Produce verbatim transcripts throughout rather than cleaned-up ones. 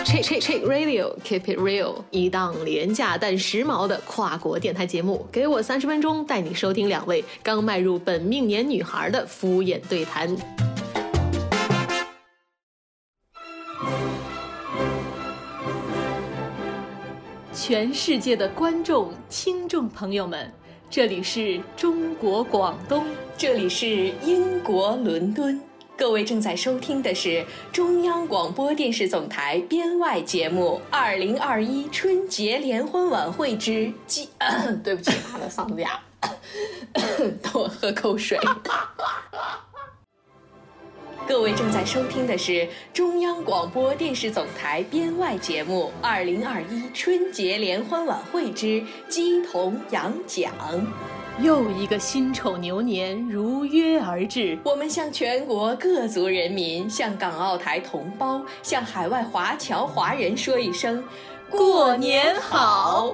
Chick Chick Chick Radio Keep It Real， 一档廉价但时髦的跨国电台节目，给我三十分钟，带你收听两位刚迈入本命年女孩的敷衍对谈。全世界的观众、听众朋友们，这里是中国广东， 这里是英国伦敦。各位正在收听的是中央广播电视总台编外节目《二零二一春节联欢晚会之鸡》对不起，我的嗓子哑，等我喝口水。各位正在收听的是中央广播电视总台编外节目《二零二一春节联欢晚会之鸡同羊讲》。 又一个辛丑牛年如约而至， 我们向全国各族人民，向港澳台同胞，向海外华侨华人说一声过年好。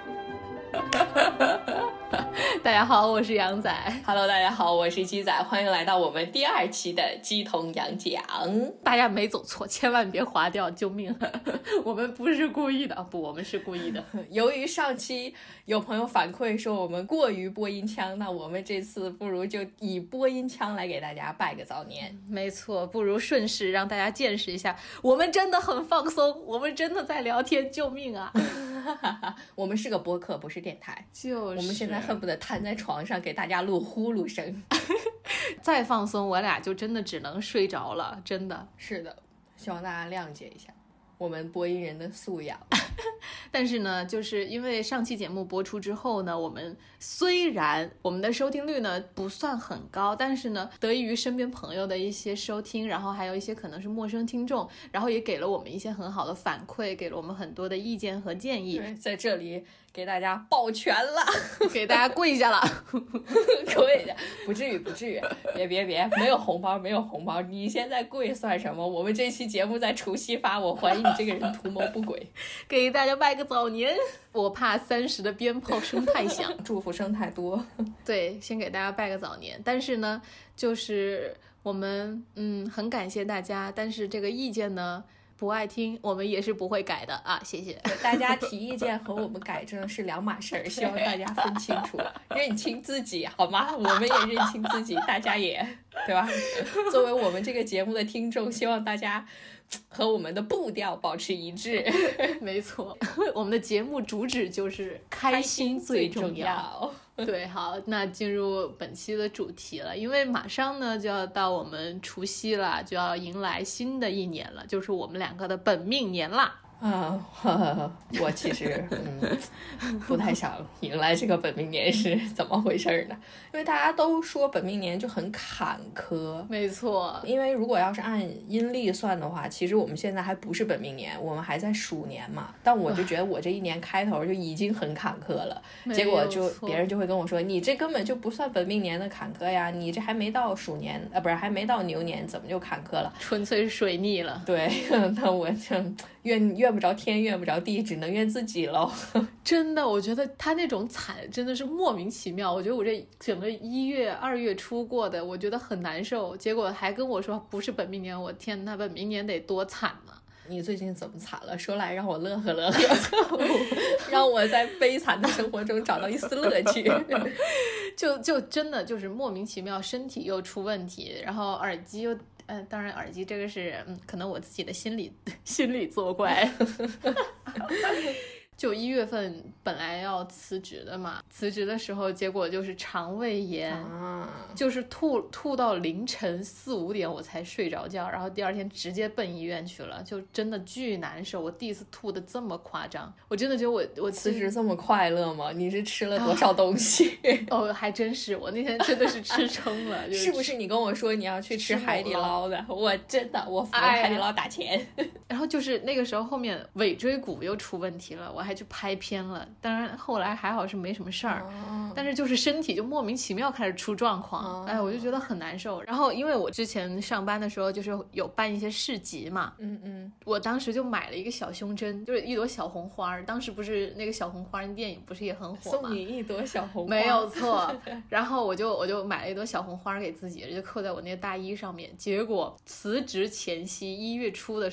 大家好，我是杨仔。 Hello， 大家好，我是鸡仔，欢迎来到我们第二期的鸡同羊讲。 大家没走错，千万别划掉，救命。我们不是故意的，不，我们是故意的。 由于上期有朋友反馈说我们过于播音腔，那我们这次不如就以播音腔来给大家拜个早年。 没错，不如顺势让大家见识一下，我们真的很放松，我们真的在聊天，救命啊。 我们是个播客，不是电台， 就是我们现在恨不得瘫在床上给大家录呼噜声。 再放松我俩就真的只能睡着了，真的是的，希望大家谅解一下我们播音人的素养。 但是呢，就是因为上期节目播出之后呢，我们虽然我们的收听率呢不算很高，但是呢得益于身边朋友的一些收听，然后还有一些可能是陌生听众，然后也给了我们一些很好的反馈，给了我们很多的意见和建议。 对，在这里给大家抱拳了， 给大家跪下了。 跪下，不至于不至于，别别别，没有红包没有红包，你现在跪算什么？我们这期节目在除夕发，我怀疑你这个人图谋不轨。 给大家拜个早年，我怕三十的鞭炮声太响， 祝福声太多。 对，先给大家拜个早年。但是呢，就是我们嗯很感谢大家，但是这个意见呢不爱听，我们也是不会改的啊，谢谢。 大家提意见和我们改正是两码事儿，希望大家分清楚，认清自己好吗？我们也认清自己，大家也对吧？作为我们这个节目的听众，希望大家和我们的步调保持一致。 没错，我们的节目主旨就是开心最重要。对，好，那进入本期的主题了，因为马上呢就要到我们除夕了，就要迎来新的一年了，就是我们两个的本命年啦。 啊，我其实嗯不太想迎来这个本命年是怎么回事呢？因为大家都说本命年就很坎坷。 没错， 因为如果要是按阴历算的话，其实我们现在还不是本命年，我们还在鼠年嘛。但我就觉得我这一年开头就已经很坎坷了，结果就别人就会跟我说，你这根本就不算本命年的坎坷呀，你这还没到鼠年啊，不是还没到牛年，怎么就坎坷了？ 纯粹是水逆了。 对，那我就怨怨不着天，怨不着地，只能怨自己喽。 真的，我觉得他那种惨真的是莫名其妙。我觉得我这整个一月、二月初过的，我觉得很难受，结果还跟我说不是本命年，我天，那本命年得多惨啊！ 你最近怎么惨了？说来让我乐呵乐呵，让我在悲惨的生活中找到一丝乐趣。 就就真的就是莫名其妙，身体又出问题，然后耳机又。嗯、呃，当然，耳机这个是，嗯，可能我自己的心理心理作怪。就一月份本来要辞职的嘛，辞职的时候结果就是肠胃炎，啊、就是吐吐到凌晨四五点我才睡着觉，然后第二天直接奔医院去了，就真的巨难受。我第一次吐的这么夸张，我真的觉得我我辞职这么快乐吗？你是吃了多少东西？ 啊、哦，还真是，我那天真的是吃撑了。就是、 是不是你跟我说你要去吃海底捞的？我真的我服了海底捞打钱。 哎、然后就是那个时候后面尾椎骨又出问题了，我还去拍片了，当然后来还好是没什么事儿、哦、但是就是身体就莫名其妙开始出状况、哦、哎，我就觉得很难受。然后因为我之前上班的时候就是有办一些市集嘛， 嗯嗯， 我当时就买了一个小胸针，就是一朵小红花，当时不是那个小红花电影不是也很火吗？ 送你一朵小红花， 没有错。然后我就我就买了一朵小红花给自己，就扣在我那个大衣上面。结果辞职前夕一月初的时候，那朵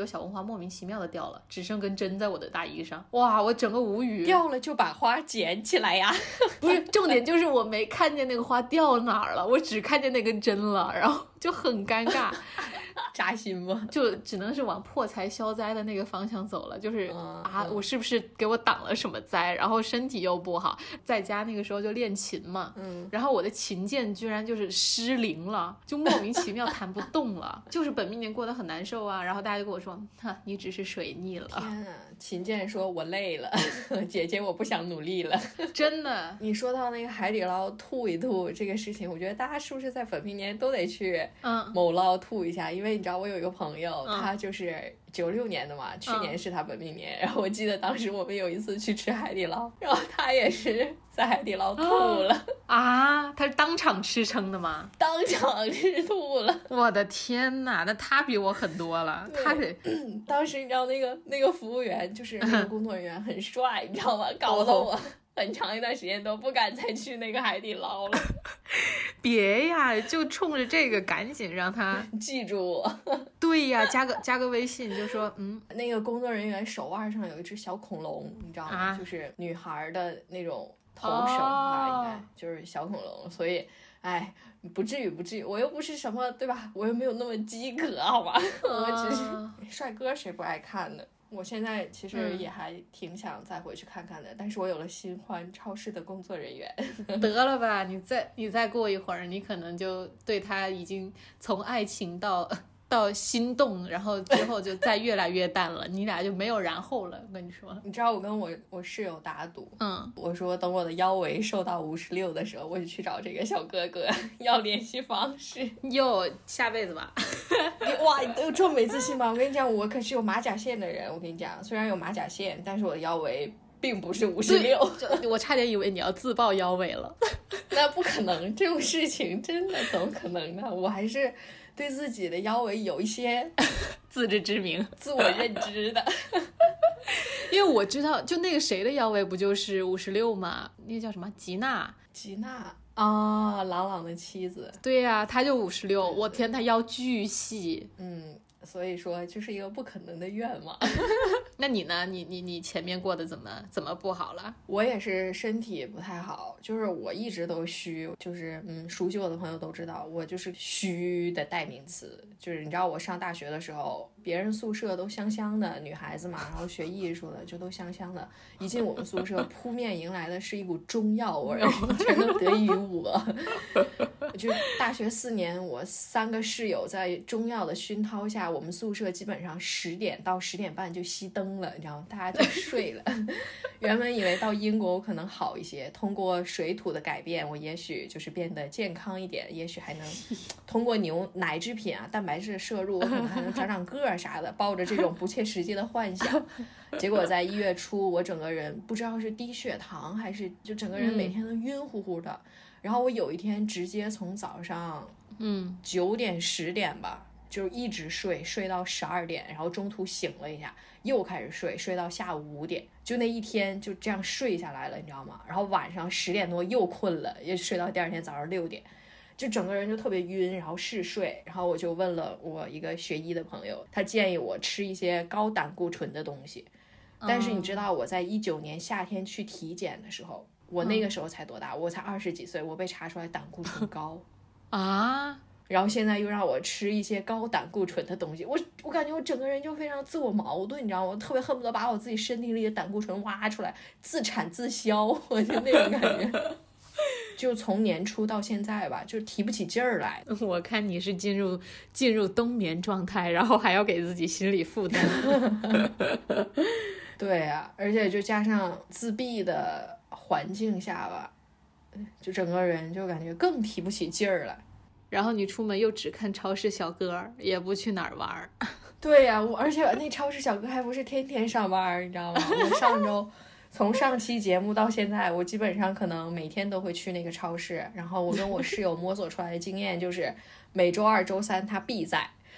个小红花莫名其妙的掉了，只剩根针在我的大衣上。哇，我整个无语。 掉了就把花捡起来呀。 不是，重点就是我没看见那个花掉哪儿了，我只看见那根针了，然后就很尴尬。 扎心吗？ 就只能是往破财消灾的那个方向走了，就是、 嗯、 啊，我是不是给我挡了什么灾？然后身体又不好，在家那个时候就练琴嘛， 嗯， 然后我的琴键居然就是失灵了，就莫名其妙弹不动了，就是本命年过得很难受啊。然后大家就跟我说，哈，你只是水逆了。 天啊，琴键说我累了，姐姐我不想努力了。 真的。 你说到那个海底捞吐一吐这个事情，我觉得大家是不是在本命年都得去某捞吐一下？嗯、因为你知道我有一个朋友，嗯、他就是九六年的嘛，去年是他本命年、嗯、然后我记得当时我们有一次去吃海底捞，然后他也是在海底捞吐了、 哦、啊，他是当场吃撑的吗？ 当场吃吐了。 我的天哪，那他比我狠多了。他是当时你知道那个那个服务员就是那个工作人员很帅你知道吗，搞得我很长一段时间都不敢再去那个海底捞了。 别呀，就冲着这个赶紧让他记住我。 对呀，加个加个微信就说嗯， 那个工作人员手腕上有一只小恐龙你知道吗、啊、就是女孩的那种头绳啊、哦、应该就是小恐龙，所以哎不至于不至于，我又不是什么对吧，我又没有那么饥渴好吧、哦、我只是帅哥谁不爱看呢。我现在其实也还挺想再回去看看的、嗯、但是我有了新欢超市的工作人员。 得了吧，你再你再过一会儿你可能就对他已经从爱情到到心动，然后之后就再越来越淡了你俩就没有然后了。我跟你说， 你知道我跟我我室友打赌， 嗯， 我说等我的腰围瘦到五十六的时候，我就去找这个小哥哥要联系方式。 哟，下辈子吧。 你哇，你都有这么没自信吗？我跟你讲，我可是有马甲线的人。我跟你讲，虽然有马甲线，但是我的腰围并不是五十六。 我差点以为你要自曝腰围了。 那不可能，这种事情真的怎么可能呢？我还是对自己的腰围有一些自知之明、 自我认知的。 因为我知道，就那个谁的腰围不就是五十六吗？那个叫什么吉娜？ 吉娜啊，郎朗的妻子。 对呀、啊，她就五十六。我天，她腰巨细。 嗯。所以说就是一个不可能的愿望。 那你呢？你你你前面过得怎么怎么不好了？ 我也是身体不太好，就是我一直都虚，就是嗯，熟悉我的朋友都知道，我就是虚的代名词。就是你知道我上大学的时候，别人宿舍都香香的，女孩子嘛，然后学艺术的就都香香的，一进我们宿舍，扑面迎来的是一股中药味，全都得益于我。就大学四年，我三个室友在中药的熏陶下，我们宿舍基本上十点到十点半就熄灯了，你知道吗？大家就睡了。原本以为到英国我可能好一些，通过水土的改变，我也许就是变得健康一点，也许还能通过牛奶制品啊、蛋白质的摄入，我可能还能长长个儿啥的，抱着这种不切实际的幻想。结果在一月初，我整个人不知道是低血糖还是就整个人每天都晕乎乎的。嗯，然后我有一天直接从早上嗯九点十点吧，就一直睡睡到十二点，然后中途醒了一下又开始睡睡到下午五点，就那一天就这样睡下来了，你知道吗？然后晚上十点多又困了，也睡到第二天早上六点，就整个人就特别晕，然后嗜睡。然后我就问了我一个学医的朋友，他建议我吃一些高胆固醇的东西。但是你知道我在一九年夏天去体检的时候，我那个时候才多大、嗯、我才二十几岁，我被查出来胆固醇高啊， 然后现在又让我吃一些高胆固醇的东西，我我感觉我整个人就非常自我矛盾，你知道吗？我特别恨不得把我自己身体里的胆固醇挖出来自产自销，我就那种感觉。就从年初到现在吧，就提不起劲儿来。 我看你是进入进入冬眠状态，然后还要给自己心理负担。 对啊，而且就加上自闭的环境下吧，就整个人就感觉更提不起劲儿来。 然后你出门又只看超市小哥，也不去哪儿玩。 对呀、啊，我而且那超市小哥还不是天天上班，你知道吗？我上周从上期节目到现在，我基本上可能每天都会去那个超市。然后我跟我室友摸索出来的经验就是，每周二、周三他必在，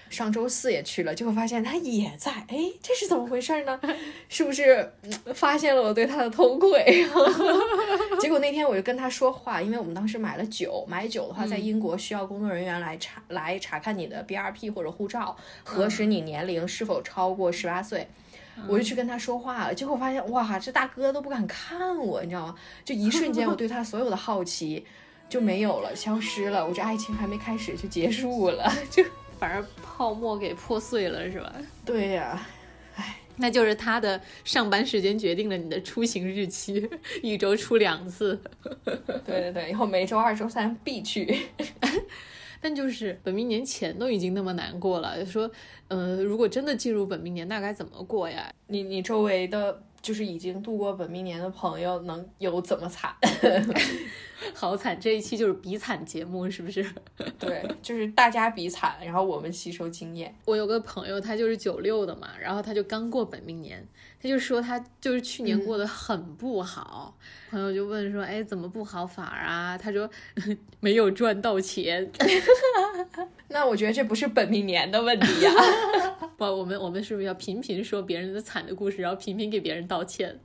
上周四也去了，结果发现他也在，哎，这是怎么回事呢？是不是、嗯、发现了我对他的偷窥？结果那天我就跟他说话，因为我们当时买了酒，买酒的话在英国需要工作人员来查、嗯、来查看你的 B R P 或者护照，核实你年龄是否超过十八岁。我就去跟他说话了，结果发现哇，这大哥都不敢看我，你知道吗？就一瞬间我对他所有的好奇就没有了，消失了，我这爱情还没开始就结束了，就反而泡沫给破碎了，是吧？ 对呀，哎， 那就是他的上班时间决定了你的出行日期，一周出两次。 对对对，以后每周二、周三必去。 但就是本命年前都已经那么难过了，就说，呃，如果真的进入本命年，那该怎么过呀？ 你你周围的就是已经度过本命年的朋友，能有怎么惨？ 好惨！这一期就是比惨节目，是不是？ 对，就是大家比惨，然后我们吸收经验。 我有个朋友，他就是九六的嘛，然后他就刚过本命年，他就说他就是去年过得很不好。嗯、朋友就问说，哎，怎么不好法啊？他说没有赚到钱。 那我觉得这不是本命年的问题呀、 啊。不，我们我们是不是要频频说别人的惨的故事，然后频频给别人道歉？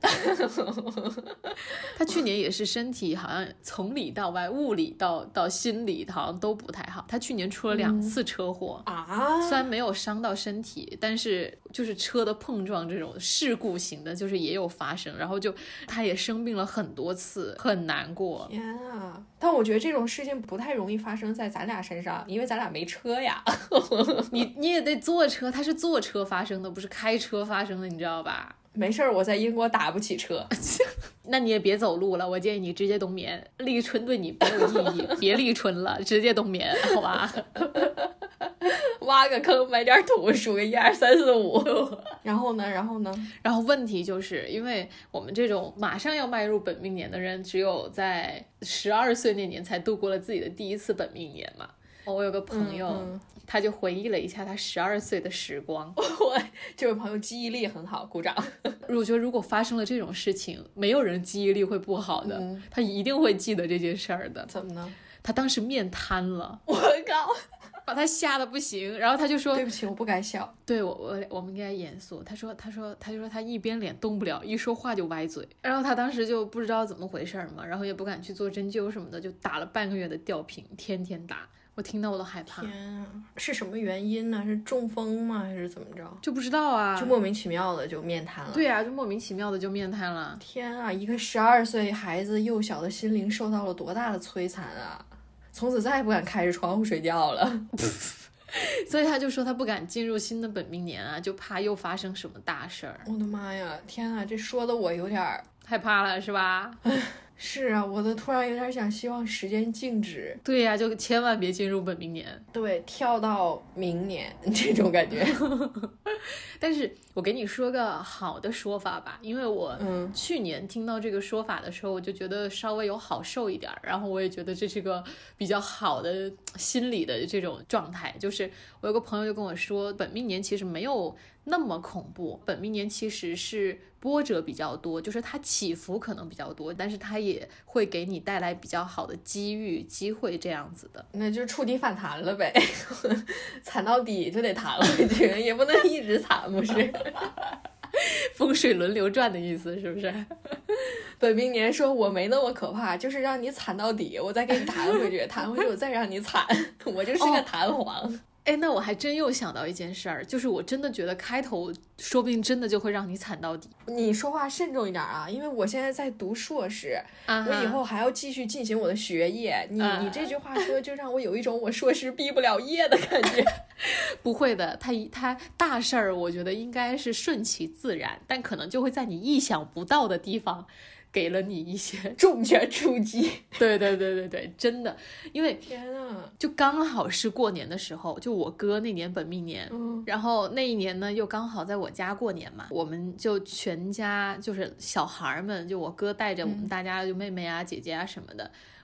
他去年也是身体好像从里到外，物理到到心理好像都不太好。他去年出了两次车祸、 嗯、啊， 虽然没有伤到身体，但是就是车的碰撞这种事故型的，就是也有发生。然后就他也生病了很多次，很难过。 天啊！但我觉得这种事情不太容易发生在咱俩身上，因为咱俩没车呀。 你你也得坐车，他是坐车发生的，不是开车发生的，你知道吧？ 没事儿，我在英国打不起车。 那你也别走路了，我建议你直接冬眠，立春对你没有意义，别立春了，直接冬眠，好吧？ 挖个坑，埋点土，数个一二三四五。然后呢？然后呢？ 然后问题就是因为我们这种马上要迈入本命年的人，只有在十二岁那年才度过了自己的第一次本命年嘛。我有个朋友、嗯嗯、他就回忆了一下他十二岁的时光。 我这位朋友记忆力很好，鼓掌。 我觉得如果发生了这种事情，没有人记忆力会不好的、嗯、他一定会记得这件事儿的。 怎么呢？ 他当时面瘫了， 我靠， 把他吓得不行。然后他就说对不起，我不该笑。 对，我我我们应该严肃。他说他说他就说他一边脸动不了，一说话就歪嘴。然后他当时就不知道怎么回事嘛，然后也不敢去做针灸什么的，就打了半个月的吊瓶，天天打。我听到我都害怕。 天啊，是什么原因呢？是中风吗？还是怎么着？ 就不知道啊， 就莫名其妙的就面瘫了。 对啊，就莫名其妙的就面瘫了。 天啊，一个十二岁孩子幼小的心灵受到了多大的摧残啊！从此再也不敢开着窗户睡觉了。 所以他就说他不敢进入新的本命年啊，就怕又发生什么大事儿。 我的妈呀，天啊，这说的我有点害怕了，是吧？ 是啊，我都突然有点想希望时间静止。 对呀、啊，就千万别进入本命年。 对，跳到明年这种感觉。 但是我给你说个好的说法吧，因为我去年听到这个说法的时候，我就觉得稍微有好受一点，然后我也觉得这是个比较好的心理的这种状态。就是我有个朋友就跟我说，本命年其实没有那么恐怖，本命年其实是波折比较多，就是它起伏可能比较多，但是它也会给你带来比较好的机遇机会这样子的。 那就触底反弹了呗。惨到底就得弹回去，也不能一直惨，不是？ 风水轮流转的意思是不是？ 本命年说我没那么可怕，就是让你惨到底，我再给你弹回去，弹回去我再让你惨，我就是个弹簧。哦， 哎，那我还真又想到一件事儿，就是我真的觉得开头说不定真的就会让你惨到底。 你说话慎重一点啊，因为我现在在读硕士， 啊、 我以后还要继续进行我的学业。你、啊、你这句话说就让我有一种我硕士毕不了业的感觉。 不会的，他他大事儿我觉得应该是顺其自然，但可能就会在你意想不到的地方给了你一些重拳出击。 对对对对对，真的，因为天啊， 就刚好是过年的时候，就我哥那年本命年、 嗯、 然后那一年呢又刚好在我家过年嘛，我们就全家就是小孩们，就我哥带着我们大家就妹妹啊、嗯、姐姐啊什么的，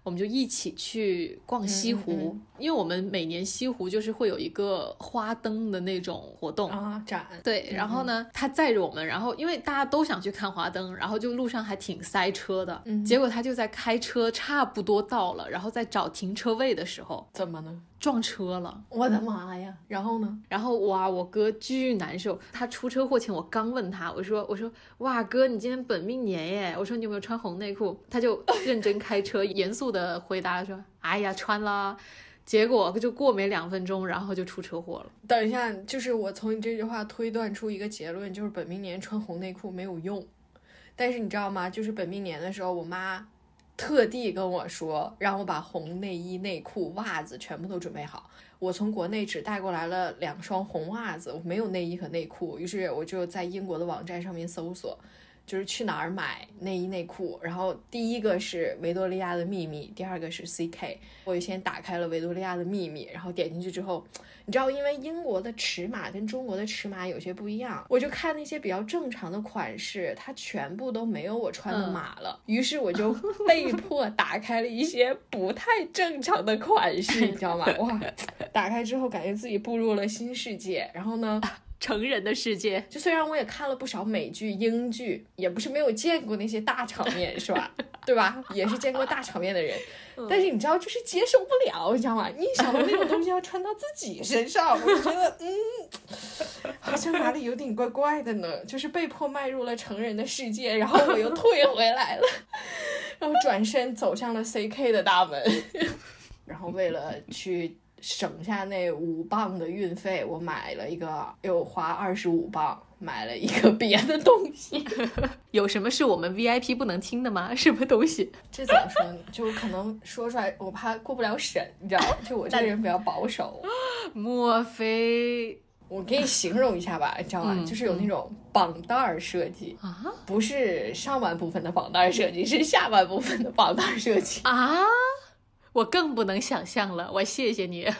我们就一起去逛西湖，嗯嗯，因为我们每年西湖就是会有一个花灯的那种活动啊展， 对，然后呢，嗯、他载着我们，然后因为大家都想去看花灯，然后就路上还挺塞车的，嗯、结果他就在开车差不多到了，然后在找停车位的时候， 怎么呢？ 撞车了， 我的妈呀！然后呢？ 然后哇，我哥巨难受。他出车祸前，我刚问他，我说我说哇哥，你今天本命年耶，我说你有没有穿红内裤？他就认真开车，严肃的回答说，哎呀穿了。结果就过没两分钟，然后就出车祸了。 等一下，就是我从你这句话推断出一个结论，就是本命年穿红内裤没有用。但是你知道吗？就是本命年的时候，我妈特地跟我说，让我把红内衣、内裤、袜子全部都准备好。我从国内只带过来了两双红袜子，我没有内衣和内裤，于是我就在英国的网站上面搜索，就是去哪儿买内衣内裤。然后第一个是维多利亚的秘密，第二个是 C K。 我就先打开了维多利亚的秘密，然后点进去之后，你知道因为英国的尺码跟中国的尺码有些不一样，我就看那些比较正常的款式，它全部都没有我穿的码了、嗯、于是我就被迫打开了一些不太正常的款式你知道吗？哇，打开之后感觉自己步入了新世界。然后呢， 成人的世界， 就虽然我也看了不少美剧英剧，也不是没有见过那些大场面是吧对吧，也是见过大场面的人、嗯、但是你知道就是接受不了，你知道吗？你想到那种东西要穿到自己身上我就觉得嗯，好像哪里有点怪怪的呢，就是被迫迈入了成人的世界，然后我又退回来了然后转身走向了 C K 的大门然后为了去省下那五磅的运费，我买了一个，又花二十五磅买了一个别的东西有什么是我们 V I P 不能听的吗？什么东西？ 这怎么说呢？就可能说出来我怕过不了审，你知道吗？就我这个人比较保守莫非我给你形容一下吧，你知道吗、嗯、就是有那种绑带设计、嗯、不是上半部分的绑带设计，是下半部分的绑带设计啊，我更不能想象了，我谢谢你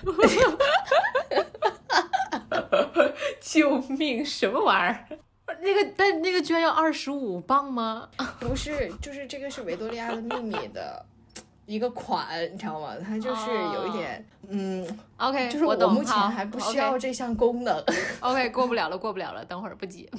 救命，什么玩意儿？那个但那个居然要二十五磅吗？ 不是，就是这个是维多利亚的秘密的一个款，你知道吗？它就是有一点、oh. 嗯 OK， 就是我目前还不需要这项功能 OK, OK 过不了了过不了了，等会儿不急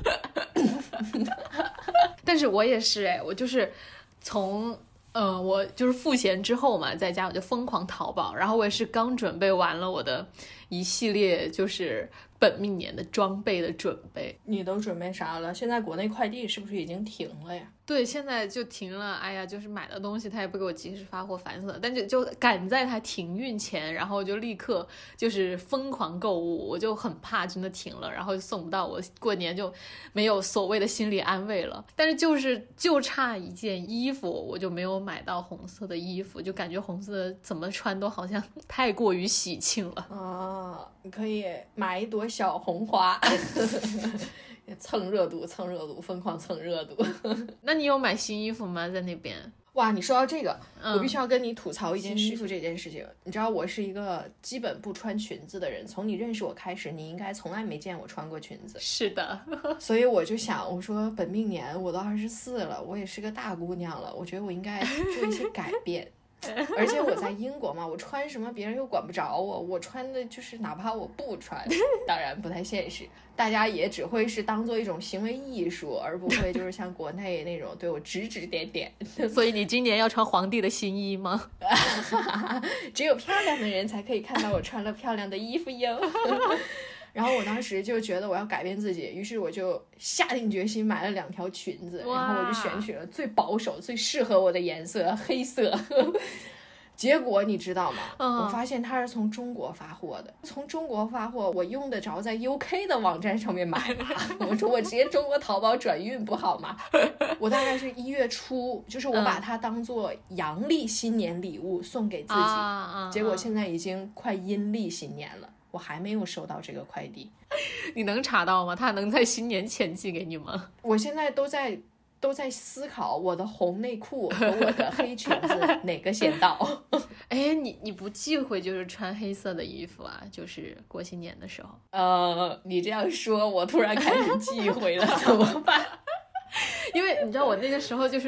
但是我也是哎，我就是从呃，我就是赋闲之后嘛，在家我就疯狂淘宝，然后我也是刚准备完了我的一系列就是本命年的装备的准备。 你都准备啥了？现在国内快递是不是已经停了呀？ 对，现在就停了。哎呀，就是买的东西他也不给我及时发货，烦死了。但就就赶在它停运前，然后就立刻就是疯狂购物，我就很怕真的停了，然后就送不到，我过年就没有所谓的心理安慰了。但是就是就差一件衣服，我就没有买到红色的衣服，就感觉红色的怎么穿都好像太过于喜庆了。 啊，你可以买一朵小红花蹭热度蹭热度疯狂蹭热度那你有买新衣服吗？在那边？ 哇，你说到这个、嗯、我必须要跟你吐槽一件衣服这件事情。你知道我是一个基本不穿裙子的人，从你认识我开始你应该从来没见我穿过裙子。 是的所以我就想，我说本命年我都二十四了，我也是个大姑娘了，我觉得我应该做一些改变而且我在英国嘛，我穿什么别人又管不着我，我穿的就是哪怕我不穿当然不太现实，大家也只会是当做一种行为艺术，而不会就是像国内那种对我指指点点所以你今年要穿皇帝的新衣吗只有漂亮的人才可以看到我穿了漂亮的衣服哟然后我当时就觉得我要改变自己，于是我就下定决心买了两条裙子，然后我就选取了最保守最适合我的颜色黑色结果你知道吗、嗯、我发现它是从中国发货的，从中国发货我用得着在 U K 的网站上面买吗我说我直接中国淘宝转运不好吗我大概是一月初，就是我把它当做阳历新年礼物送给自己、嗯、结果现在已经快阴历新年了，我还没有收到这个快递。 你能查到吗？他能在新年前寄给你吗？ 我现在都在都在思考我的红内裤和我的黑裙子哪个先到哎，你你不忌讳就是穿黑色的衣服啊？就是过新年的时候。 呃，你这样说我突然开始忌讳了怎么办？ 因为你知道我那个时候就是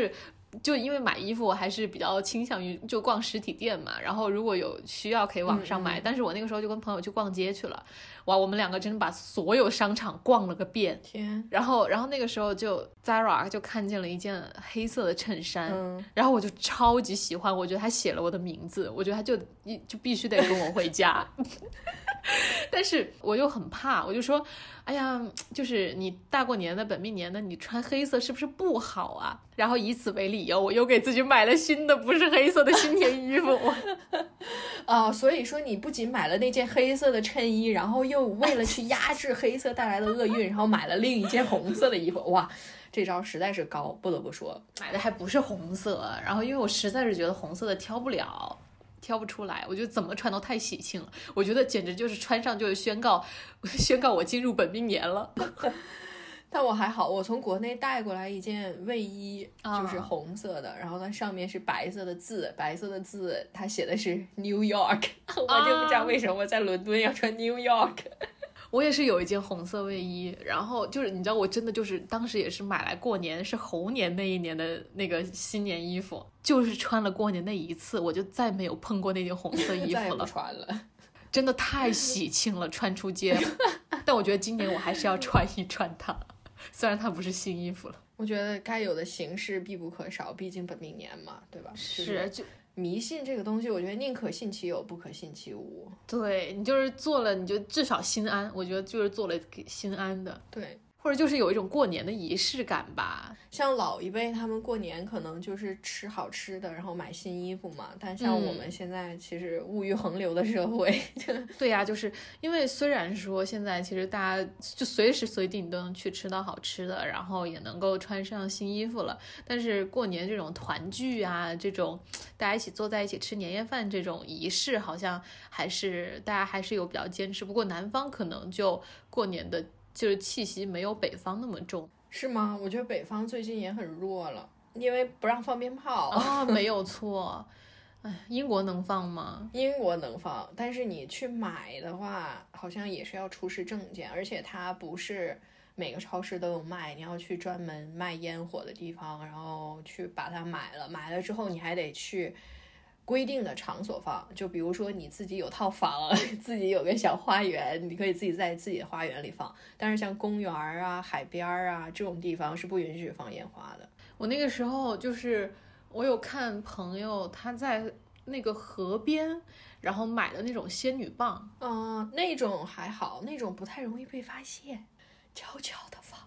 就因为买衣服我还是比较倾向于就逛实体店嘛，然后如果有需要可以网上买，嗯嗯但是我那个时候就跟朋友去逛街去了，哇，我们两个真的把所有商场逛了个遍， 天， 然后然后那个时候就 Zara 就看见了一件黑色的衬衫、嗯、然后我就超级喜欢，我觉得他写了我的名字，我觉得他就就必须得跟我回家但是我又很怕，我就说哎呀，就是你大过年的本命年的你穿黑色是不是不好啊，然后以此为理由我又给自己买了新的不是黑色的新年衣服哦，所以说你不仅买了那件黑色的衬衣，然后又为了去压制黑色带来的厄运然后买了另一件红色的衣服，哇，这招实在是高，不得不说。 买的还不是红色，然后因为我实在是觉得红色的挑不了挑不出来，我觉得怎么穿都太喜庆了，我觉得简直就是穿上就是宣告宣告我进入本命年了但我还好，我从国内带过来一件卫衣，就是红色的、啊、然后它上面是白色的字，白色的字它写的是 New York 我就不知道为什么在伦敦要穿 New York 我也是有一件红色卫衣，然后就是你知道我真的就是当时也是买来过年，是猴年那一年的那个新年衣服，就是穿了过年那一次我就再没有碰过那件红色衣服了， 再也不穿了， 真的太喜庆了穿出街但我觉得今年我还是要穿一穿它，虽然它不是新衣服了。 我觉得该有的形式必不可少，毕竟本命年嘛，对吧？ 是，就迷信这个东西我觉得宁可信其有不可信其无， 对，你就是做了你就至少心安，我觉得就是做了给心安的， 对， 或者就是有一种过年的仪式感吧。 像老一辈他们过年可能就是吃好吃的然后买新衣服嘛，但像我们现在其实物欲横流的社会、 嗯、对呀、啊、就是因为虽然说现在其实大家就随时随地你都能去吃到好吃的，然后也能够穿上新衣服了，但是过年这种团聚啊，这种大家一起坐在一起吃年夜饭这种仪式好像还是大家还是有比较坚持，不过南方可能就过年的就是气息没有北方那么重。 是吗？我觉得北方最近也很弱了，因为不让放鞭炮啊、哦，没有错。哎，英国能放吗？ 英国能放，但是你去买的话好像也是要出示证件，而且它不是每个超市都有卖，你要去专门卖烟火的地方，然后去把它买了，买了之后你还得去规定的场所放，就比如说你自己有套房自己有个小花园，你可以自己在自己的花园里放，但是像公园啊海边啊这种地方是不允许放烟花的。 我那个时候就是我有看朋友他在那个河边然后买的那种仙女棒， 嗯、呃，那种还好，那种不太容易被发现，悄悄的放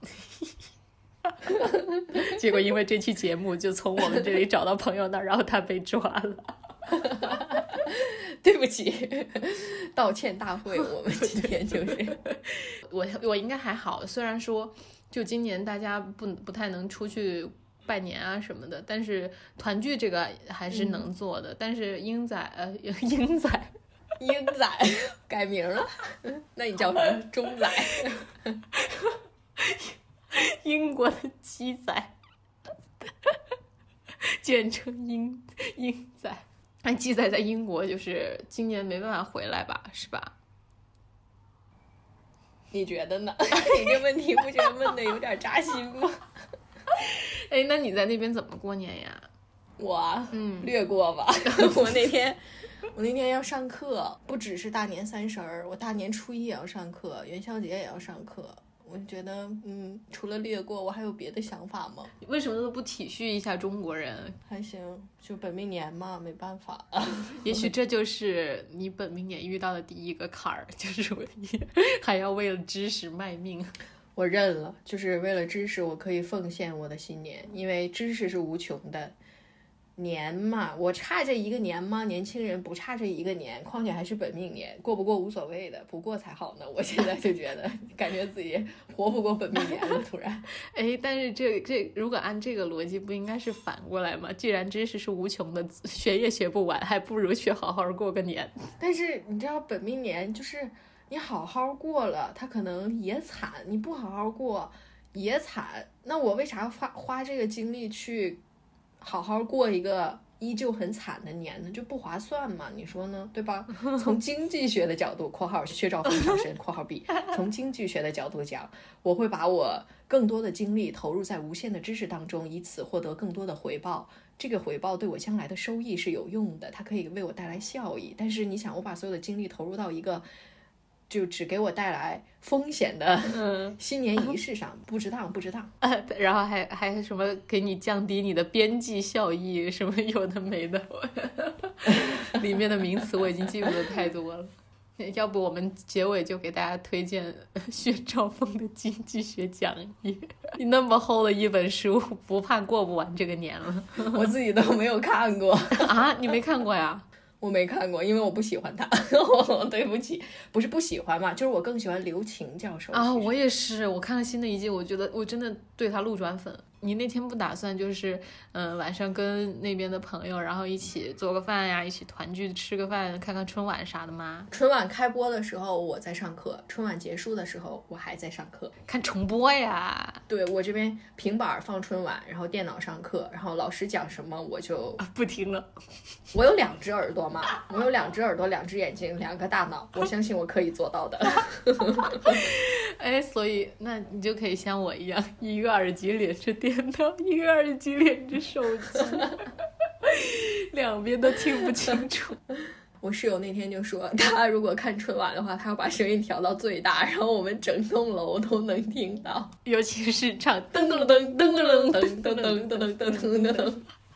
结果因为这期节目就从我们这里找到朋友那儿，然后他被抓了对不起，道歉大会我们今天就是我我应该还好，虽然说就今年大家不不太能出去拜年啊什么的，但是团聚这个还是能做的、嗯、但是英仔呃英仔英仔改名了那你叫什么？中仔英国的鸡仔简称英英仔。哎，鸡仔在英国就是今年没办法回来吧，是吧？ 你觉得呢？你这问题不觉得问的有点扎心吗？ 哎，那你在那边怎么过年呀？ 我嗯略过吧我那天我那天要上课，不只是大年三十儿，我大年初一也要上课，元宵节也要上课。我觉得嗯，除了略过我还有别的想法吗？ 为什么都不体恤一下中国人？ 还行，就本命年嘛，没办法也许这就是你本命年遇到的第一个坎儿，就是我还要为了知识卖命。 我认了，就是为了知识我可以奉献我的新年，因为知识是无穷的。年嘛，我差这一个年吗？年轻人不差这一个年，况且还是本命年，过不过无所谓的，不过才好呢。我现在就觉得感觉自己活不过本命年了突然哎，但是这这如果按这个逻辑不应该是反过来吗？既然知识是无穷的，学也学不完，还不如去好好过个年。 但是你知道本命年就是你好好过了他可能也惨，你不好好过也惨，那我为啥要花花这个精力去好好过一个依旧很惨的年呢，就不划算嘛，你说呢？对吧？从经济学的角度（括号薛兆丰上身）（括号 B）， 从经济学的角度讲，我会把我更多的精力投入在无限的知识当中，以此获得更多的回报。这个回报对我将来的收益是有用的，它可以为我带来效益。但是你想，我把所有的精力投入到一个就只给我带来风险的新年仪式上，不值当，不值当。 啊，然后还还什么给你降低你的边际效益，什么有的没的，里面的名词我已经记不得太多了。要不我们结尾就给大家推荐薛兆丰的经济学讲义，你那么厚的一本书，不怕过不完这个年了？ 我自己都没有看过啊，你没看过呀？ 我没看过，因为我不喜欢他。对不起，不是不喜欢嘛，就是我更喜欢刘擎教授啊。我也是，我看了新的一季，我觉得我真的对他路转粉。你那天不打算就是嗯、呃、晚上跟那边的朋友然后一起做个饭呀，一起团聚吃个饭，看看春晚啥的吗？ 春晚开播的时候我在上课，春晚结束的时候我还在上课， 看重播呀。 对，我这边平板放春晚，然后电脑上课，然后老师讲什么我就、 啊、不听了。 我有两只耳朵嘛，我有两只耳朵，两只眼睛，两个大脑，我相信我可以做到的。 哎，所以那你就可以像我一样，一个耳机连着电脑，一个耳机连着手机，两边都听不清楚。 我室友那天就说，他如果看春晚的话，他要把声音调到最大，然后我们整栋楼都能听到， 尤其是唱噔噔噔噔噔噔噔噔噔噔噔噔噔，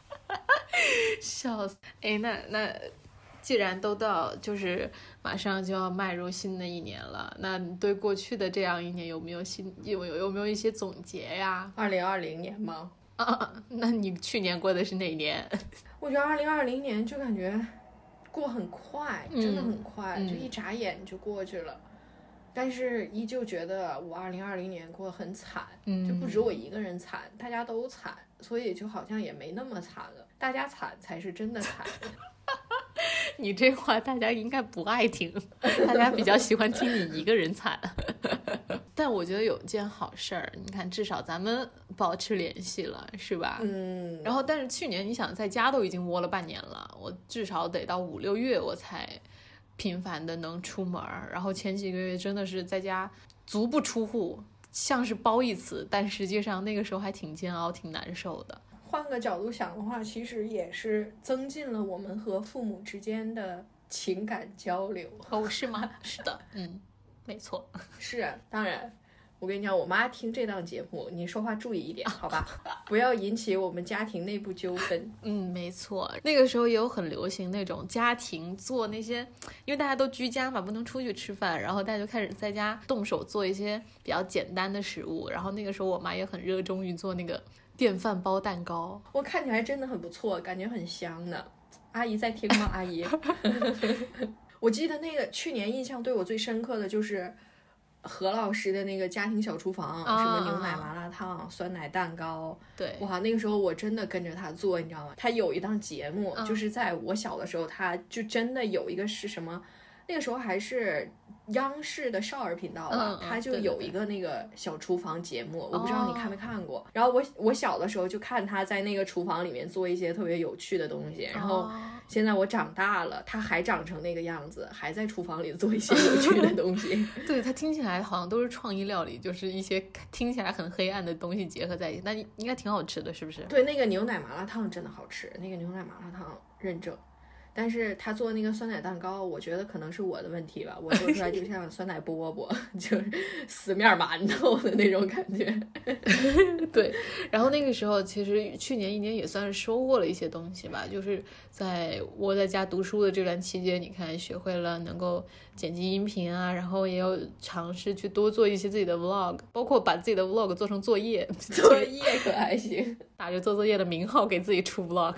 笑死！哎，那那。既然都到就是马上就要迈入新的一年了，那你对过去的这样一年有没有新有有有没有一些总结呀？ 二零二零年吗？ 啊，那你去年过的是哪年？ 我觉得二零二零年就感觉过很快，真的很快， 嗯、 就一眨眼就过去了。但是依旧觉得我二零二零年过得很惨， 嗯， 就不止我一个人惨，大家都惨，所以就好像也没那么惨了，大家惨才是真的惨。 你这话大家应该不爱听，大家比较喜欢听你一个人惨。但我觉得有件好事儿，你看至少咱们保持联系了，是吧？ 嗯。 然后但是去年你想在家都已经窝了半年了，我至少得到五六月我才频繁的能出门，然后前几个月真的是在家足不出户，像是褒义词，但实际上那个时候还挺煎熬挺难受的。 换个角度想的话，其实也是增进了我们和父母之间的情感交流。 哦，是吗？是的，嗯，没错。 是啊，当然我跟你讲，我妈听这档节目，你说话注意一点好吧，不要引起我们家庭内部纠纷。 嗯，没错，那个时候也有很流行那种家庭做那些，因为大家都居家嘛，不能出去吃饭，然后大家就开始在家动手做一些比较简单的食物，然后那个时候我妈也很热衷于做那个电饭煲蛋糕， 我看起来真的很不错，感觉很香呢。阿姨在听吗？阿姨。我记得那个去年印象对我最深刻的就是何老师的那个家庭小厨房，啊、什么牛奶麻辣烫、酸奶蛋糕。 对， 哇，那个时候我真的跟着他做，你知道吗？他有一档节目， 嗯、 就是在我小的时候，他就真的有一个是什么，那个时候还是央视的少儿频道吧， 嗯、 他就有一个那个小厨房节目， 对对我不知道你看没看过。哦、然后我我小的时候就看他在那个厨房里面做一些特别有趣的东西，然后现在我长大了，他还长成那个样子，还在厨房里做一些有趣的东西。 对，他听起来好像都是创意料理，就是一些听起来很黑暗的东西结合在一起，那应该挺好吃的，是不是？ 对，那个牛奶麻辣烫真的好吃，那个牛奶麻辣烫认证。但是他做那个酸奶蛋糕，我觉得可能是我的问题吧，我做出来就像酸奶饽饽，就是死面馒头的那种感觉。 对，然后那个时候其实去年一年也算是收获了一些东西吧，就是在窝在家读书的这段期间，你看学会了能够剪辑音频啊，然后也有尝试去多做一些自己的 vlog， 包括把自己的 vlog 做成作业， 作业可还行， 打着做作业的名号给自己出 vlog。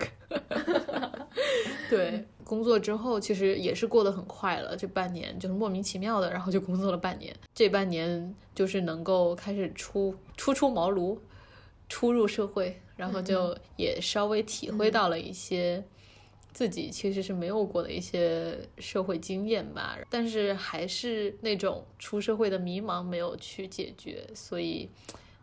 对，工作之后其实也是过得很快了，这半年就是莫名其妙的，然后就工作了半年。这半年就是能够开始出初出茅庐，初入社会，然后就也稍微体会到了一些自己其实是没有过的一些社会经验吧，但是还是那种出社会的迷茫没有去解决，所以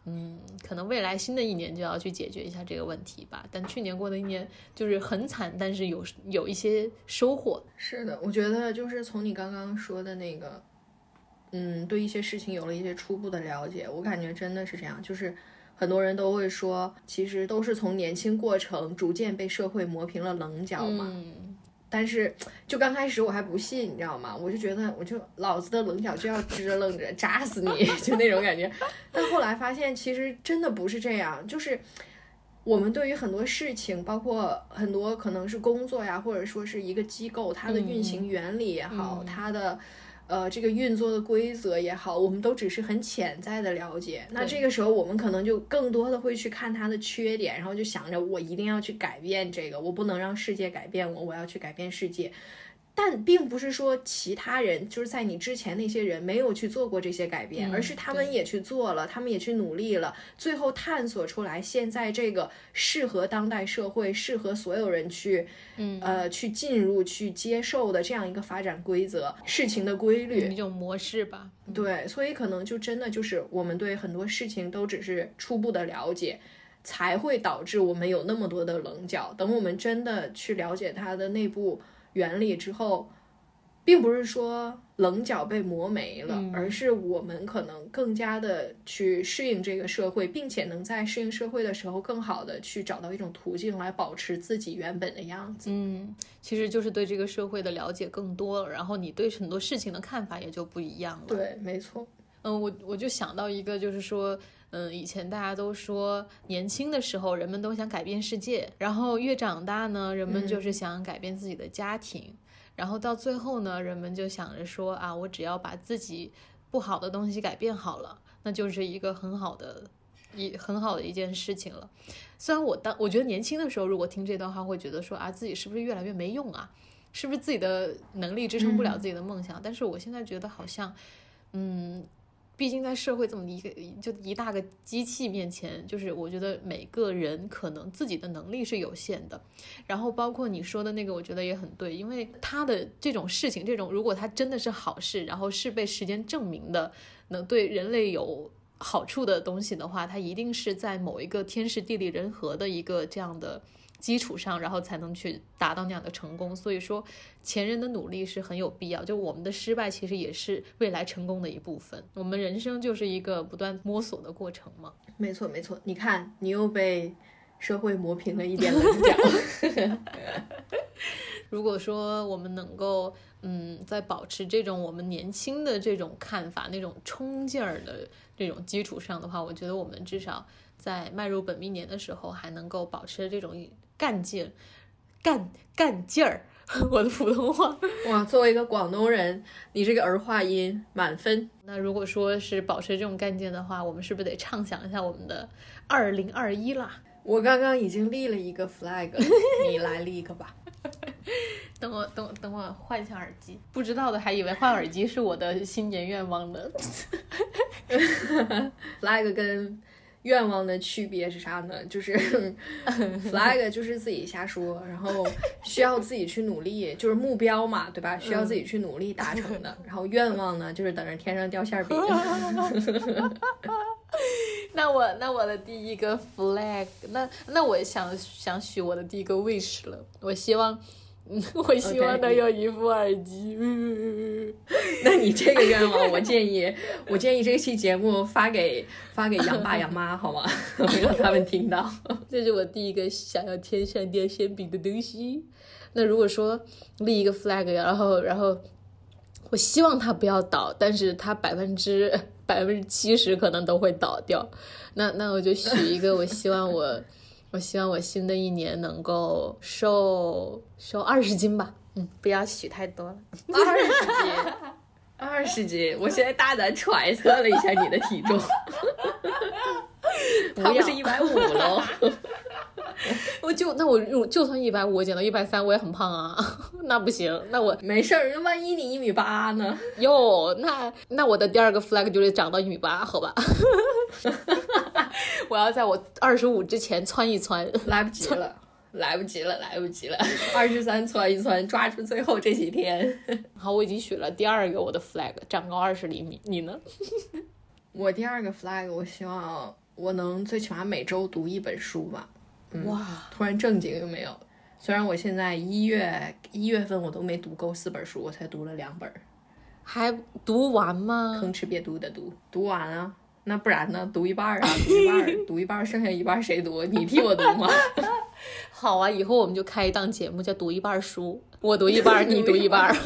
嗯，可能未来新的一年就要去解决一下这个问题吧。但去年过的一年就是很惨，但是有有一些收获。 是的，我觉得就是从你刚刚说的那个，嗯，对一些事情有了一些初步的了解，我感觉真的是这样，就是很多人都会说，其实都是从年轻过程逐渐被社会磨平了棱角嘛。 嗯， 但是就刚开始我还不信，你知道吗？我就觉得我就老子的棱角就要支棱着扎死你，就那种感觉。但后来发现其实真的不是这样，就是我们对于很多事情，包括很多可能是工作呀，或者说是一个机构它的运行原理也好， 嗯、 它的呃这个运作的规则也好，我们都只是很潜在的了解。那这个时候我们可能就更多的会去看它的缺点，然后就想着我一定要去改变这个，我不能让世界改变我，我要去改变世界。但并不是说其他人就是在你之前那些人没有去做过这些改变、嗯、而是他们也去做了，他们也去努力了，最后探索出来现在这个适合当代社会，适合所有人去嗯呃去进入去接受的这样一个发展规则，事情的规律， 一种模式吧、 嗯、对，所以可能就真的就是我们对很多事情都只是初步的了解，才会导致我们有那么多的棱角。等我们真的去了解它的内部原理之后，并不是说棱角被磨没了、嗯、而是我们可能更加的去适应这个社会，并且能在适应社会的时候更好的去找到一种途径来保持自己原本的样子。 嗯，其实就是对这个社会的了解更多了，然后你对很多事情的看法也就不一样了。 对，没错。 嗯，我我就想到一个，就是说嗯，以前大家都说年轻的时候人们都想改变世界，然后越长大呢人们就是想改变自己的家庭、嗯、然后到最后呢人们就想着说啊，我只要把自己不好的东西改变好了，那就是一个很好的一很好的一件事情了。虽然我当我觉得年轻的时候如果听这段话会觉得说啊，自己是不是越来越没用啊，是不是自己的能力支撑不了自己的梦想、嗯、但是我现在觉得好像嗯毕竟在社会这么一个就一大个机器面前，就是我觉得每个人可能自己的能力是有限的，然后包括你说的那个我觉得也很对，因为他的这种事情，这种如果他真的是好事，然后是被时间证明的能对人类有好处的东西的话，它一定是在某一个天时地利人和的一个这样的基础上，然后才能去达到那样的成功。所以说前人的努力是很有必要，就我们的失败其实也是未来成功的一部分，我们人生就是一个不断摸索的过程嘛。 没错没错，你看你又被社会磨平了一点棱角如果说我们能够嗯，在保持这种我们年轻的这种看法，那种冲劲儿的这种基础上的话，我觉得我们至少在迈入本命年的时候还能够保持这种干劲干干劲儿我的普通话哇，作为一个广东人，你这个儿化音满分。 那如果说是保持这种干劲的话，我们是不是得畅想一下我们的二零二一啦？ 我刚刚已经立了一个 flag 你来立一个吧等我等我等我换一下耳机，不知道的还以为换耳机是我的新年愿望的 flag 跟愿望的区别是啥呢？就是 flag 就是自己瞎说，然后需要自己去努力，就是目标嘛，对吧？需要自己去努力达成的。然后愿望呢，就是等着天上掉馅饼那我那我的第一个 flag， 那那我想想许我的第一个 wish 了，我希望我希望能有一副耳机。 Okay. 那你这个愿望，我建议，我建议这期节目发给发给杨爸杨妈，好吗？让他们听到。 这是我第一个想要天上掉馅饼的东西。那如果说立一个 flag， 然后然后我希望它不要倒，但是它百分之百分之七十可能都会倒掉。那那我就许一个，我希望我。我希望我新的一年能够瘦瘦二十斤吧，嗯，不要许太多了。 二十斤，二十斤，我现在大胆揣测了一下你的体重，他不是一百五喽？ 我就那我就算一百五，减到一百三，我也很胖啊，那不行，那我没事儿，万一你一米八呢？ 哟，那那我的第二个 flag 就是长到一米八，好吧？我要在我二十五之前窜一窜， 来不及了，来不及了，来不及了！二十三窜一窜，抓住最后这几天。 好，我已经许了第二个我的 flag， 长高二十厘米，你呢？ 我第二个 flag， 我希望我能最起码每周读一本书吧。嗯、 哇， 突然正经有没有？虽然我现在一月一月份我都没读够四本书，我才读了两本。 还读完吗？ 吭哧别读的读，读完啊。那不然呢？读一半啊，读一半，读一半，剩下一半谁读？你替我读吗？ 好啊，以后我们就开一档节目叫读一半书，我读一半，你读一半。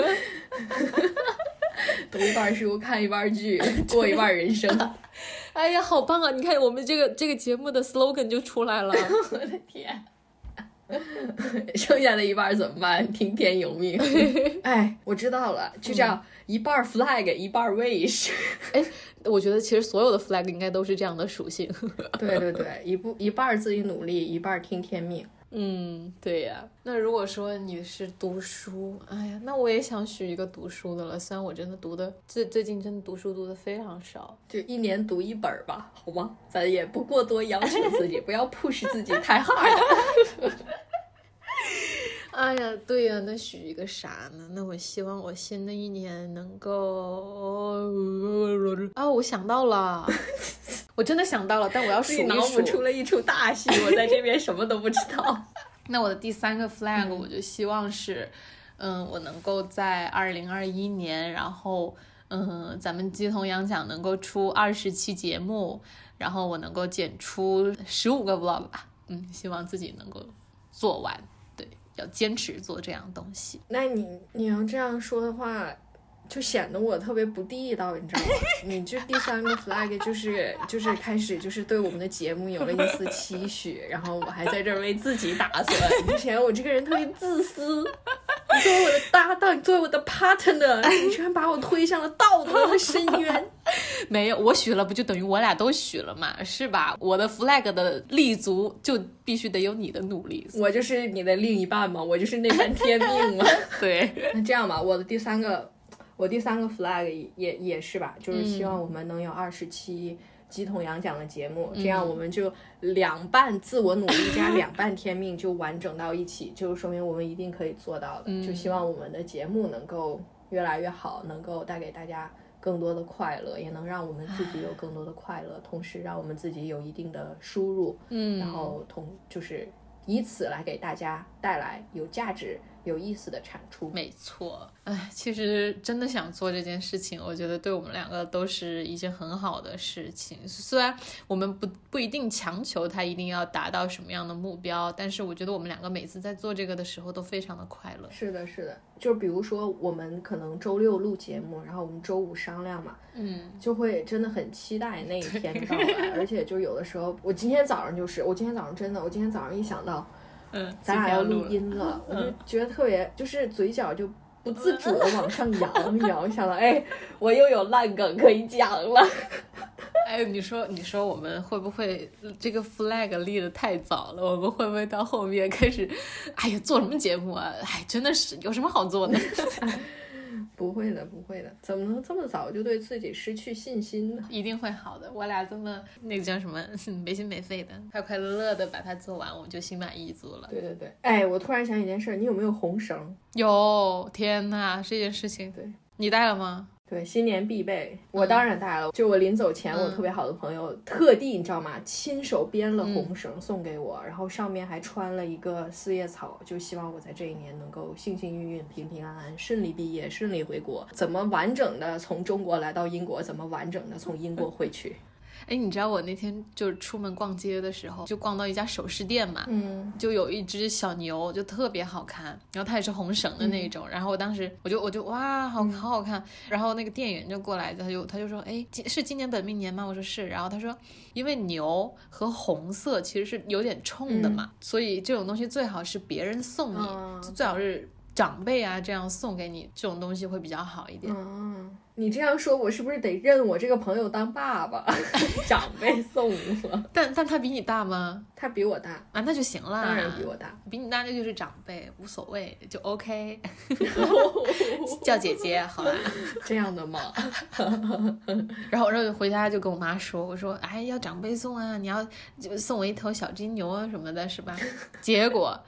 读一半书，看一半剧，过一半人生。 哎呀，好棒啊！你看我们这个这个节目的 slogan 就出来了。 我的天！剩下的一半怎么办？听天由命。哎，我知道了，就叫一半 flag，、嗯、一半 wish。 哎，我觉得其实所有的 flag 应该都是这样的属性。 对对对，一不一半自己努力，一半听天命。 嗯，对呀。那如果说你是读书，哎呀，那我也想许一个读书的了。虽然我真的读的最最近真的读书读的非常少， 就一年读一本吧，好吗？咱也不过多要求自己，不要 push 自己太 hard。 哎呀，对呀，那许一个啥呢？那我希望我新的一年能够啊，我想到了，我真的想到了，但我要数一数。 脑补出了一出大戏，我在这边什么都不知道。 那我的第三个 flag，、嗯、我就希望是，嗯，我能够在二零二一年，然后，嗯，咱们鸡同羊讲能够出二十期节目，然后我能够剪出十五个 vlog 吧，嗯，希望自己能够做完。要坚持做这样东西。 那你你要这样说的话，就显得我特别不地道，你知道吗？你这第三个 flag 就是就是开始就是对我们的节目有了一丝期许，然后我还在这儿为自己打算，你就显得我这个人特别自私。你作为我的搭档，你作为我的 partner， 你居然把我推向了道德的深渊。 没有，我许了不就等于我俩都许了嘛，是吧？我的 flag 的立足就必须得有你的努力。 我就是你的另一半嘛，我就是那般天命嘛。 对， 那这样吧，我的第三个，我第三个 flag 也也是吧，就是希望我们能有二十期鸡同羊讲的节目、嗯、这样我们就两半自我努力加两半天命就完整到一起，就说明我们一定可以做到的、嗯、就希望我们的节目能够越来越好，能够带给大家更多的快乐，也能让我们自己有更多的快乐，同时让我们自己有一定的输入，嗯，然后同就是以此来给大家带来有价值有意思的产出。 没错，哎，其实真的想做这件事情，我觉得对我们两个都是一件很好的事情。虽然我们不不一定强求他一定要达到什么样的目标，但是我觉得我们两个每次在做这个的时候都非常的快乐。 是的，是的，就比如说我们可能周六录节目，然后我们周五商量嘛，嗯，就会真的很期待那一天到来。而且就有的时候，我今天早上就是，我今天早上真的，我今天早上一想到。嗯，咱俩要录音了，我就觉得特别，就是嘴角就不自主的往上扬扬，想到哎，我又有烂梗可以讲了。 哎，你说你说我们会不会这个 flag 立得太早了？我们会不会到后面开始，哎呀，做什么节目啊？哎，真的是有什么好做的？ 不会的，不会的，怎么能这么早就对自己失去信心呢？ 一定会好的，我俩这么那个叫什么没心没肺的，快快乐乐的把它做完，我就心满意足了。 对对对，哎，我突然想起一件事，你有没有红绳？ 有，天哪，这件事情，对，你带了吗？ 对，新年必备，我当然带了、嗯、就我临走前、嗯、我特别好的朋友特地你知道吗，亲手编了红绳送给我、嗯、然后上面还穿了一个四叶草，就希望我在这一年能够幸幸运运平平安安顺利毕业顺利回国，怎么完整的从中国来到英国，怎么完整的从英国回去。 哎，你知道我那天就是出门逛街的时候，就逛到一家首饰店嘛， 嗯， 就有一只小牛，就特别好看，然后它也是红绳的那种，嗯、然后我当时我就我就哇，好好好看，然后那个店员就过来，他就他就说，哎，是今年本命年吗？我说是，然后他说，因为牛和红色其实是有点冲的嘛，嗯、所以这种东西最好是别人送你，嗯、就最好是长辈啊这样送给你，这种东西会比较好一点。 嗯，你这样说，我是不是得认我这个朋友当爸爸？长辈送我， 但但他比你大吗？ 他比我大啊，那就行了。 当然比我大， 比你大那就是长辈，无所谓，就 OK。叫姐姐，好吧？ 这样的吗？ 然后我就回家就跟我妈说，我说，哎，要长辈送啊，你要就送我一头小金牛啊什么的，是吧？结果。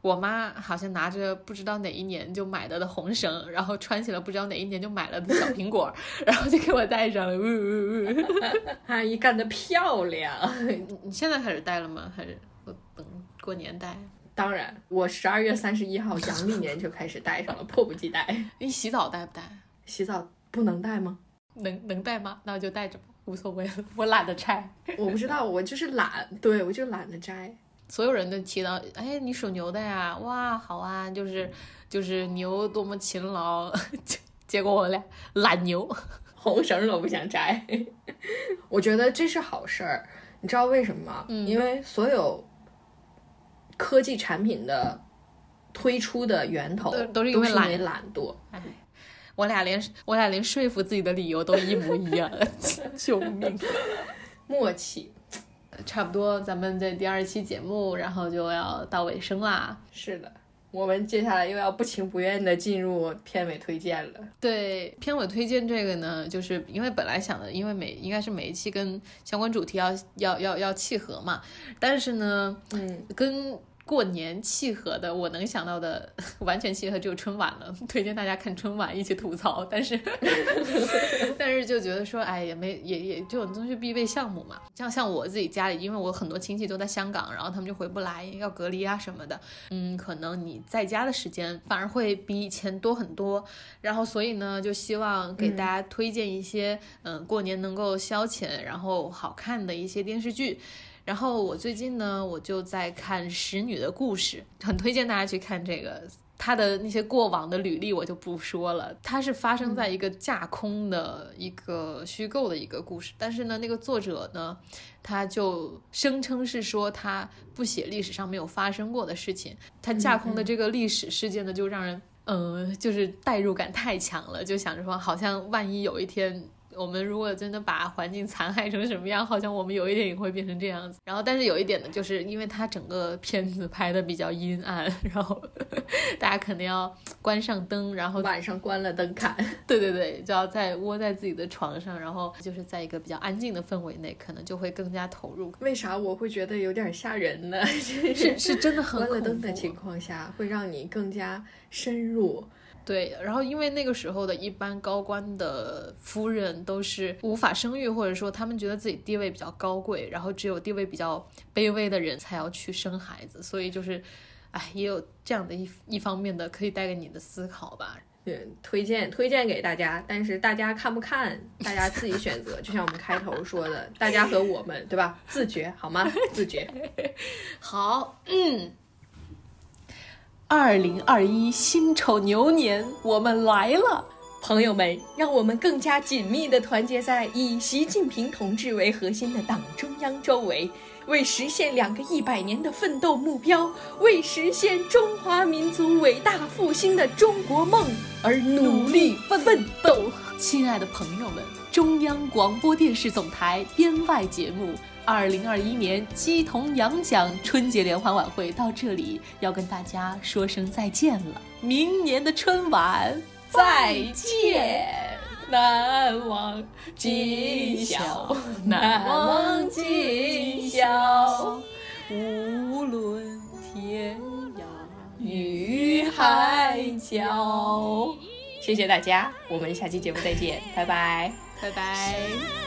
我妈好像拿着不知道哪一年就买了的红绳，然后穿起了不知道哪一年就买了的小苹果，然后就给我戴上了。 阿姨干得漂亮。 你现在开始戴了吗？还是我等过年戴？ 当然，我十二月三十一号阳历年就开始戴上了，迫不及待。 你洗澡戴不戴？ 洗澡不能戴吗？ 能能戴吗？那我就戴着吧，无所谓了，我懒得拆。 我不知道，我就是懒，对我就懒得摘。 所有人都提到，哎，你属牛的呀，哇，好啊，就是就是牛多么勤劳，结果我俩懒牛， 红绳都不想摘。我觉得这是好事儿，你知道为什么吗？嗯、因为所有科技产品的推出的源头都是因为懒懒惰。 哎，我俩连我俩连说服自己的理由都一模一样，救命！ 默契。 差不多咱们这第二期节目然后就要到尾声啦。 是的，我们接下来又要不情不愿的进入片尾推荐了。 对，片尾推荐这个呢，就是因为本来想的因为每应该是每一期跟相关主题要要要要契合嘛，但是呢嗯，跟过年契合的我能想到的完全契合只有春晚了，推荐大家看春晚一起吐槽，但是但是就觉得说哎也没也也这种东西必备项目嘛，像像我自己家里因为我很多亲戚都在香港，然后他们就回不来要隔离啊什么的，嗯，可能你在家的时间反而会比以前多很多，然后所以呢就希望给大家推荐一些嗯、呃、过年能够消遣然后好看的一些电视剧。然后我最近呢我就在看《使女的故事》，很推荐大家去看这个，他的那些过往的履历我就不说了，它是发生在一个架空的一个虚构的一个故事，但是呢那个作者呢他就声称是说他不写历史上没有发生过的事情，他架空的这个历史事件呢就让人嗯、呃，就是代入感太强了，就想着说好像万一有一天我们如果真的把环境残害成什么样，好像我们有一点也会变成这样子。然后但是有一点呢，就是因为它整个片子拍的比较阴暗，然后大家可能要关上灯，然后晚上关了灯看。 对对对，就要在窝在自己的床上，然后就是在一个比较安静的氛围内，可能就会更加投入。 为啥我会觉得有点吓人呢？ 是是真的很恐怖。 关了灯的情况下会让你更加深入。 对，然后因为那个时候的一般高官的夫人都是无法生育，或者说他们觉得自己地位比较高贵，然后只有地位比较卑微的人才要去生孩子，所以就是哎，也有这样的一一方面的可以带给你的思考吧。 对，推荐推荐给大家，但是大家看不看大家自己选择，就像我们开头说的，大家和我们对吧，自觉好吗？自觉。 好，嗯，二零二一辛丑牛年我们来了， 朋友们，让我们更加紧密地团结在以习近平同志为核心的党中央周围，为实现两个一百年的奋斗目标，为实现中华民族伟大复兴的中国梦而努力奋斗。 亲爱的朋友们，中央广播电视总台编外节目二零二一年鸡同羊奖春节联欢晚会到这里要跟大家说声再见了，明年的春晚再见，难忘今宵，难忘今宵，无论天涯与海角。 谢谢大家，我们下期节目再见，拜拜， 拜拜。